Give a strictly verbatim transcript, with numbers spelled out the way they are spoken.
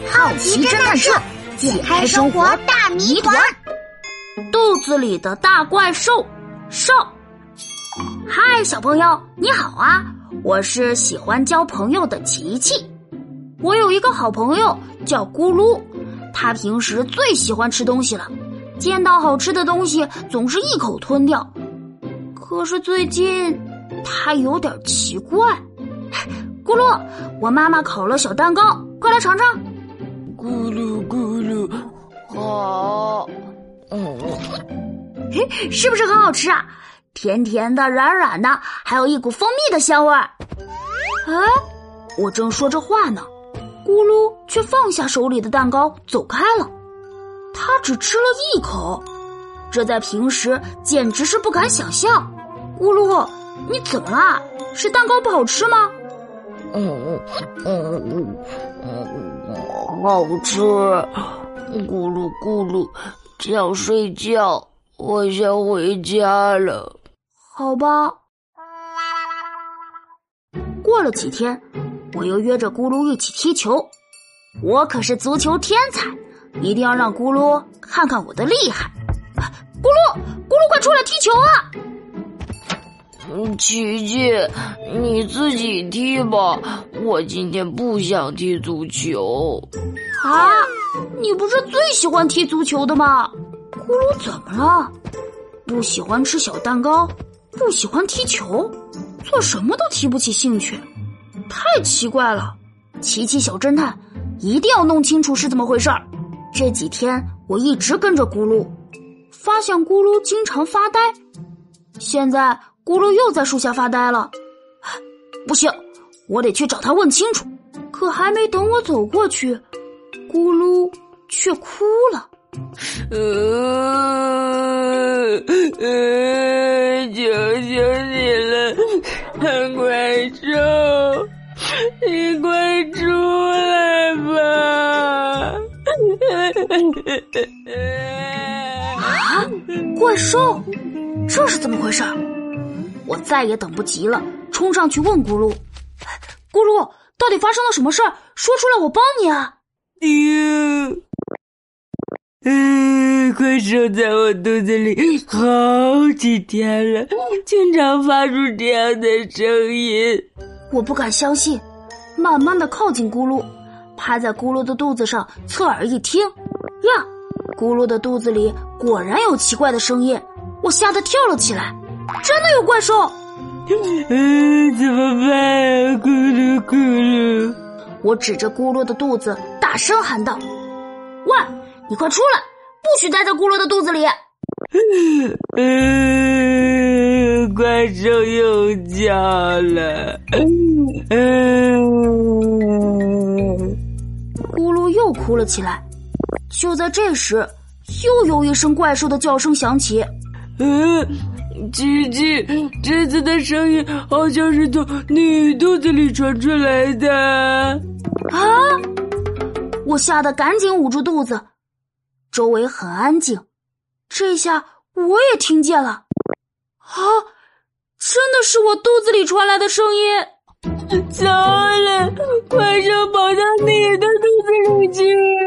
好奇侦探社，解开生活大谜团。 肚子里的大怪兽上。嗨，小朋友你好啊，我是喜欢交朋友的琪琪。我有一个好朋友叫咕噜，他平时最喜欢吃东西了，见到好吃的东西总是一口吞掉。可是最近他有点奇怪。咕噜，我妈妈烤了小蛋糕，快来尝尝。 咕噜咕噜，好。 嗯，嘿，是不是很好吃啊？甜甜的，软软的，还有一股蜂蜜的香味儿。哎，我正说着话呢，咕噜却放下手里的蛋糕走开了。他只吃了一口，这在平时简直是不敢想象。咕噜，你怎么啦？是蛋糕不好吃吗？ 嗯嗯嗯嗯，好吃。咕噜咕噜，想睡觉，我先回家了。 好吧。过了几天，我又约着咕噜一起踢球。我可是足球天才，一定要让咕噜看看我的厉害。咕噜，咕噜，快出来踢球啊！ 琪琪，你自己踢吧，我今天不想踢足球。 啊，你不是最喜欢踢足球的吗？咕噜怎么了？不喜欢吃小蛋糕，不喜欢踢球，做什么都提不起兴趣，太奇怪了。琪琪小侦探一定要弄清楚是怎么回事儿。这几天我一直跟着咕噜，发现咕噜经常发呆。现在咕噜又在树下发呆了，不行，我得去找他问清楚。可还没等我走过去，咕噜却哭了。 呃呃，求求你了，怪兽，你快出来吧！ 啊，怪兽，这是怎么回事？我再也等不及了，冲上去问咕噜：“咕噜，到底发生了什么事儿？说出来，我帮你啊！” 丢，嗯，怪兽在我肚子里好几天了，经常发出这样的声音。 我不敢相信，慢慢的靠近咕噜，趴在咕噜的肚子上，侧耳一听，呀，咕噜的肚子里果然有奇怪的声音，我吓得跳了起来。真的有怪兽！ 嗯，怎么办？咕噜咕噜！ 我指着咕噜的肚子，大声喊道：“喂，你快出来，不许待在咕噜的肚子里！” 嗯，怪兽又叫了。嗯， 咕噜又哭了起来。就在这时，又有一声怪兽的叫声响起。 嗯。琪琪，这次的声音好像是从你肚子里传出来的。 啊！我吓得赶紧捂住肚子。周围很安静，这下我也听见了。啊！真的是我肚子里传来的声音。 糟了，怪兽跑到你的肚子里去